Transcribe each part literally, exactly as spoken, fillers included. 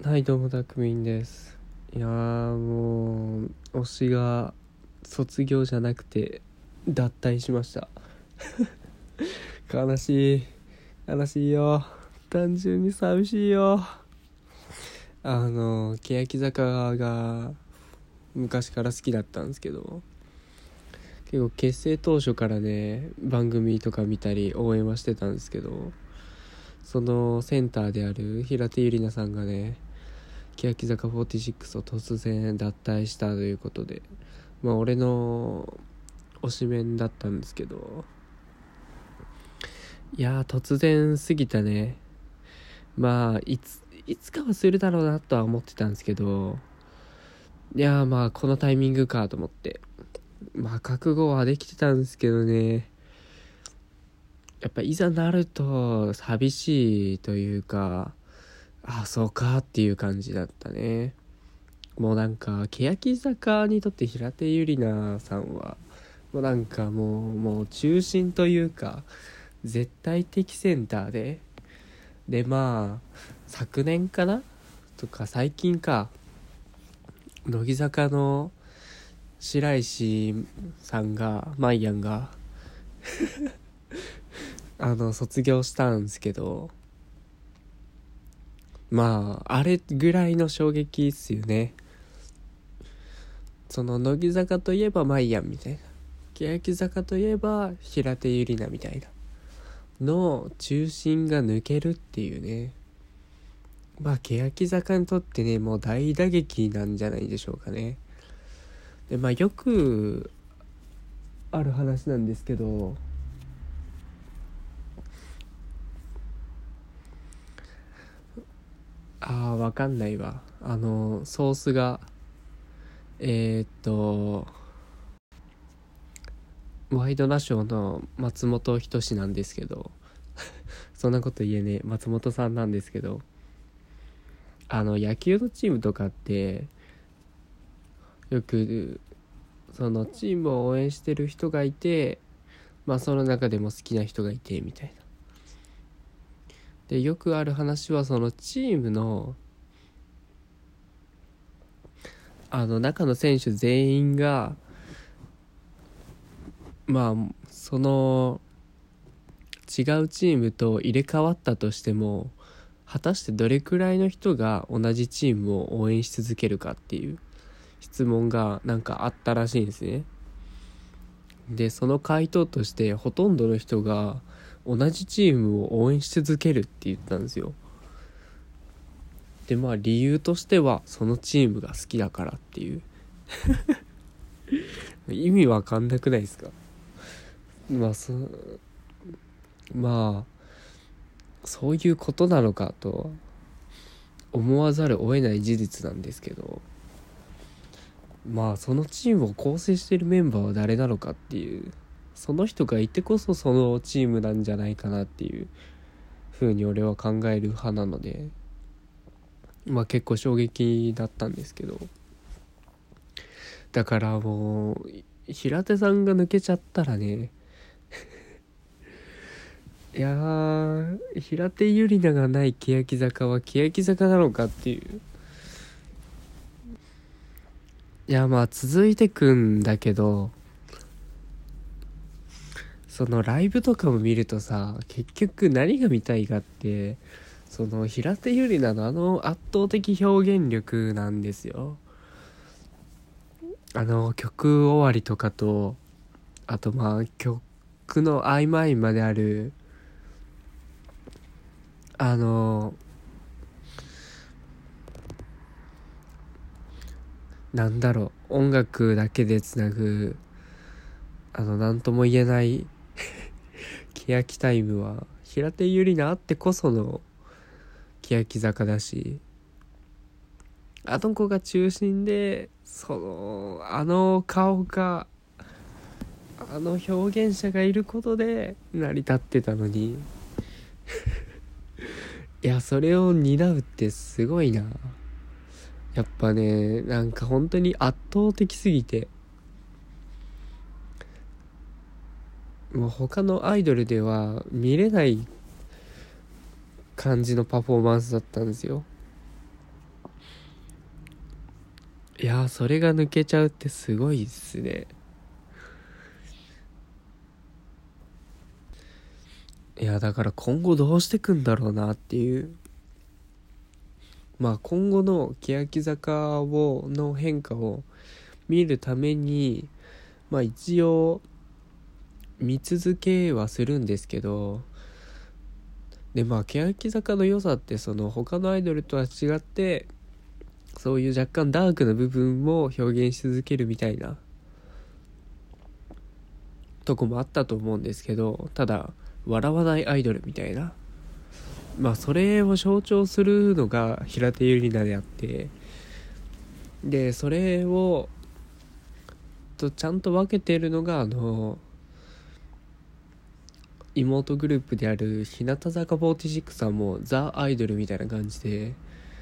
はい、どうもたくみんです。いやーもう推しが卒業じゃなくて脱退しました。悲しい悲しいよ。単純に寂しいよ。あの欅坂が昔から好きだったんですけど、結構結成当初からね番組とか見たり応援はしてたんですけど、そのセンターである平手友梨奈さんがね欅坂フォーティシックスを突然脱退したということで、まあ俺の推しメンだったんですけど、いやー突然すぎたね。まあいついつかはするだろうなとは思ってたんですけど、いやーまあこのタイミングかと思って、まあ覚悟はできてたんですけどね、やっぱいざなると寂しいというか、ああそうかっていう感じだったね。もうなんか欅坂にとって平手友梨奈さんはもうなんかもうもう中心というか絶対的センターで、でまあ昨年かなとか最近か、乃木坂の白石さんがマイアンがあの卒業したんですけど、まああれぐらいの衝撃っすよね。その乃木坂といえばマイアンみたいな、欅坂といえば平手友梨奈みたいなの中心が抜けるっていうね。まあ欅坂にとってねもう大打撃なんじゃないでしょうかね。でまあよくある話なんですけど、あーわかんないわ、あのソースがえー、っとワイドナショーの松本人志なんですけどそんなこと言えねえ、松本さんなんですけど、あの野球のチームとかってよくそのチームを応援してる人がいて、まあその中でも好きな人がいてみたいな。でよくある話はそのチームのあの中の選手全員がまあその違うチームと入れ替わったとしても、果たしてどれくらいの人が同じチームを応援し続けるかっていう質問がなんかあったらしいんですね。でその回答としてほとんどの人が同じチームを応援し続けるって言ったんですよ。でまあ理由としてはそのチームが好きだからっていう意味わかんなくないですか。まあそまあそういうことなのかと思わざるを得ない事実なんですけど、まあそのチームを構成しているメンバーは誰なのかっていう、その人がいてこそそのチームなんじゃないかなっていう風に俺は考える派なので、まあ結構衝撃だったんですけど、だからもう平手さんが抜けちゃったらねいやー平手友梨奈がない欅坂は欅坂なのかっていう。いやまあ続いてくんだけど、そのライブとかも見るとさ、結局何が見たいかってその平手友梨奈のあの圧倒的表現力なんですよ。あの曲終わりとかと、あとまあ曲の合間合間であるあのなんだろう、音楽だけでつなぐあのなんとも言えない欅タイムは平手友梨奈あってこその欅坂だし、あの子が中心でそのあの顔があの表現者がいることで成り立ってたのにいやそれを担うってすごいな。やっぱねなんか本当に圧倒的すぎて、もう他のアイドルでは見れない感じのパフォーマンスだったんですよ。 いやー、それが抜けちゃうってすごいですね。いや、だから今後どうしてくんだろうなっていう。まあ今後の欅坂をの変化を見るために、まあ一応見続けはするんですけど、でまあ欅坂の良さってその他のアイドルとは違って、そういう若干ダークな部分も表現し続けるみたいなとこもあったと思うんですけど、ただ笑わないアイドルみたいな、まあそれを象徴するのが平手友梨奈であって、でそれをとちゃんと分けているのがあの妹グループである日向坂フォーティシックスはもうザ・アイドルみたいな感じで、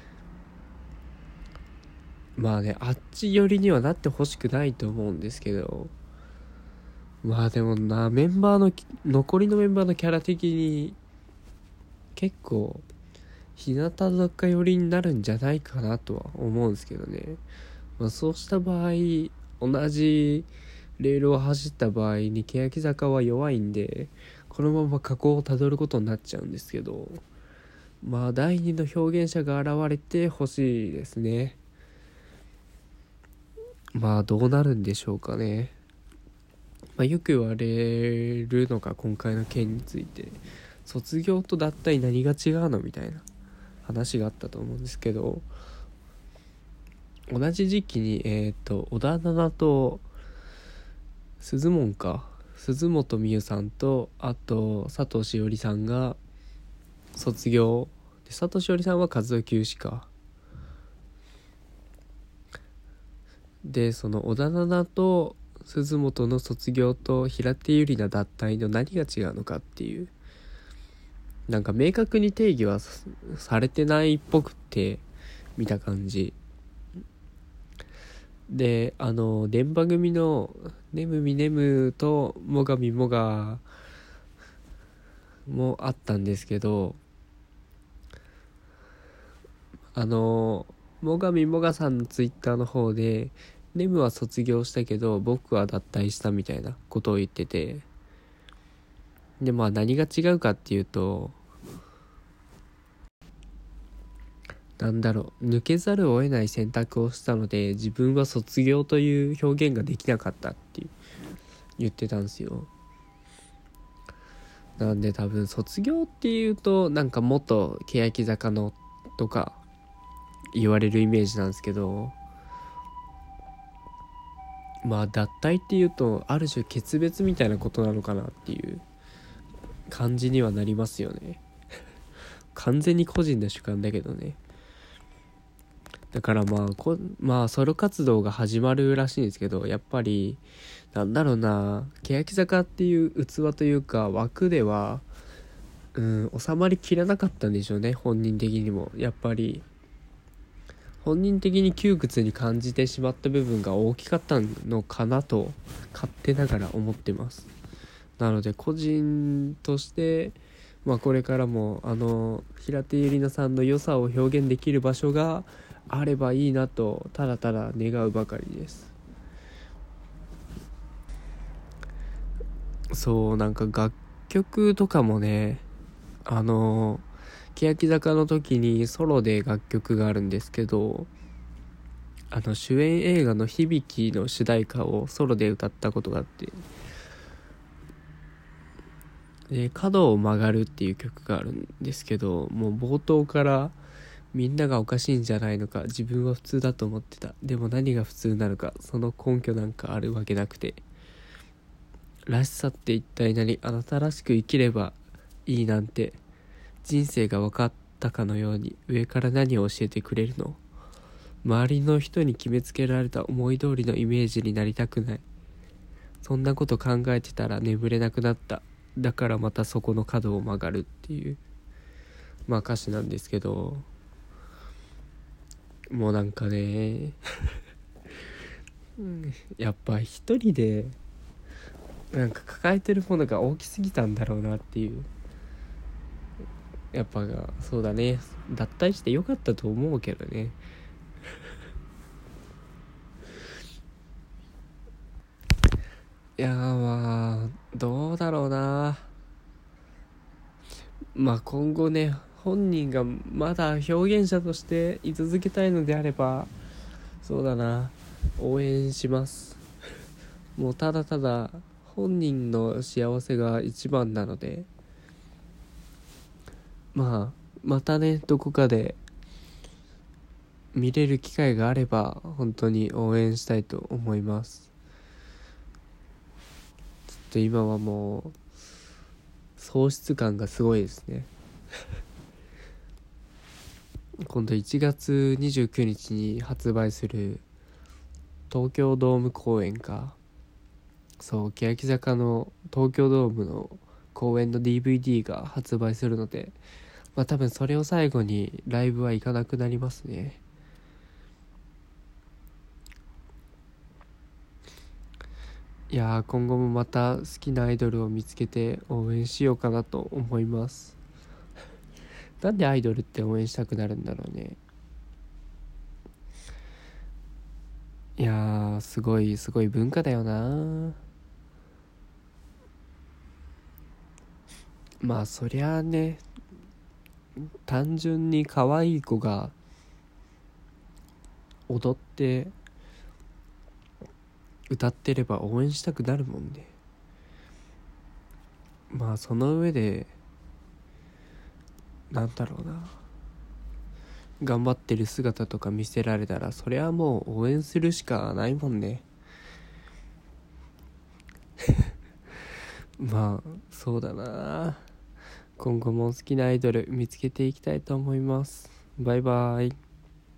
まあね、あっち寄りにはなってほしくないと思うんですけど、まあでもな、メンバーの残りのメンバーのキャラ的に結構日向坂寄りになるんじゃないかなとは思うんですけどね。まあそうした場合、同じレールを走った場合に欅坂は弱いんで、このまま下降をたどることになっちゃうんですけど、まあ第二の表現者が現れてほしいですね。まあどうなるんでしょうかね。まあ、よく言われるのが今回の件について、卒業と脱退何が違うのみたいな話があったと思うんですけど、同じ時期にえっ、と小田奈々と鈴門か鈴本美優さんと、あと佐藤しおりさんが卒業で、佐藤しおりさんは活動休止かで、その小田奈々と鈴本の卒業と平手友梨奈脱退の何が違うのかっていう、なんか明確に定義はされてないっぽくて、見た感じで、あの電波組のネムミネムとモガミモガもあったんですけど、あのモガミモガさんのツイッターの方で、ネムは卒業したけど僕は脱退したみたいなことを言ってて、でまあ何が違うかっていうと、なんだろう、抜けざるを得ない選択をしたので自分は卒業という表現ができなかったっていう言ってたんですよ。なんで多分卒業っていうとなんか元欅坂のとか言われるイメージなんですけど、まあ脱退っていうとある種決別みたいなことなのかなっていう感じにはなりますよね。完全に個人の主観だけどね。だからまあこまあソロ活動が始まるらしいんですけど、やっぱりなんだろうな、欅坂っていう器というか枠ではうん収まりきらなかったんでしょうね、本人的にも。やっぱり本人的に窮屈に感じてしまった部分が大きかったのかなと勝手ながら思ってます。なので個人としてまあこれからもあの平手友梨奈さんの良さを表現できる場所があればいいなとただただ願うばかりです。そうなんか楽曲とかもね、あの欅坂の時にソロで楽曲があるんですけど、あの主演映画の響きの主題歌をソロで歌ったことがあって、で角を曲がるっていう曲があるんですけど、もう冒頭からみんながおかしいんじゃないのか、自分は普通だと思ってた、でも何が普通なのか、その根拠なんかあるわけなくて、らしさって一体何、あなたらしく生きればいいなんて、人生が分かったかのように上から何を教えてくれるの、周りの人に決めつけられた思い通りのイメージになりたくない、そんなこと考えてたら眠れなくなった、だからまたそこの角を曲がるっていうまあ歌詞なんですけど、もうなんかねやっぱ一人でなんか抱えてるものが大きすぎたんだろうなっていう。やっぱそうだね、脱退してよかったと思うけどね。 いやーまあどうだろうな。まあ今後ね、本人がまだ表現者として居続けたいのであれば、そうだな、応援します。もうただただ本人の幸せが一番なので、まあまたね、どこかで見れる機会があれば本当に応援したいと思います。ちょっと今はもう喪失感がすごいですね。今度いちがつにじゅうくにちに発売する東京ドーム公演か、そう欅坂の東京ドームの公演の ディーブイディー が発売するので、まあ多分それを最後にライブは行かなくなりますね。いやー今後もまた好きなアイドルを見つけて応援しようかなと思います。なんでアイドルって応援したくなるんだろうね。いやーすごいすごい文化だよな。まあそりゃあね、単純に可愛い子が踊って歌ってれば応援したくなるもんね。まあその上でなんだろうな、頑張ってる姿とか見せられたら、それはもう応援するしかないもんね。まあそうだな、今後も好きなアイドル見つけていきたいと思います。バイバイ。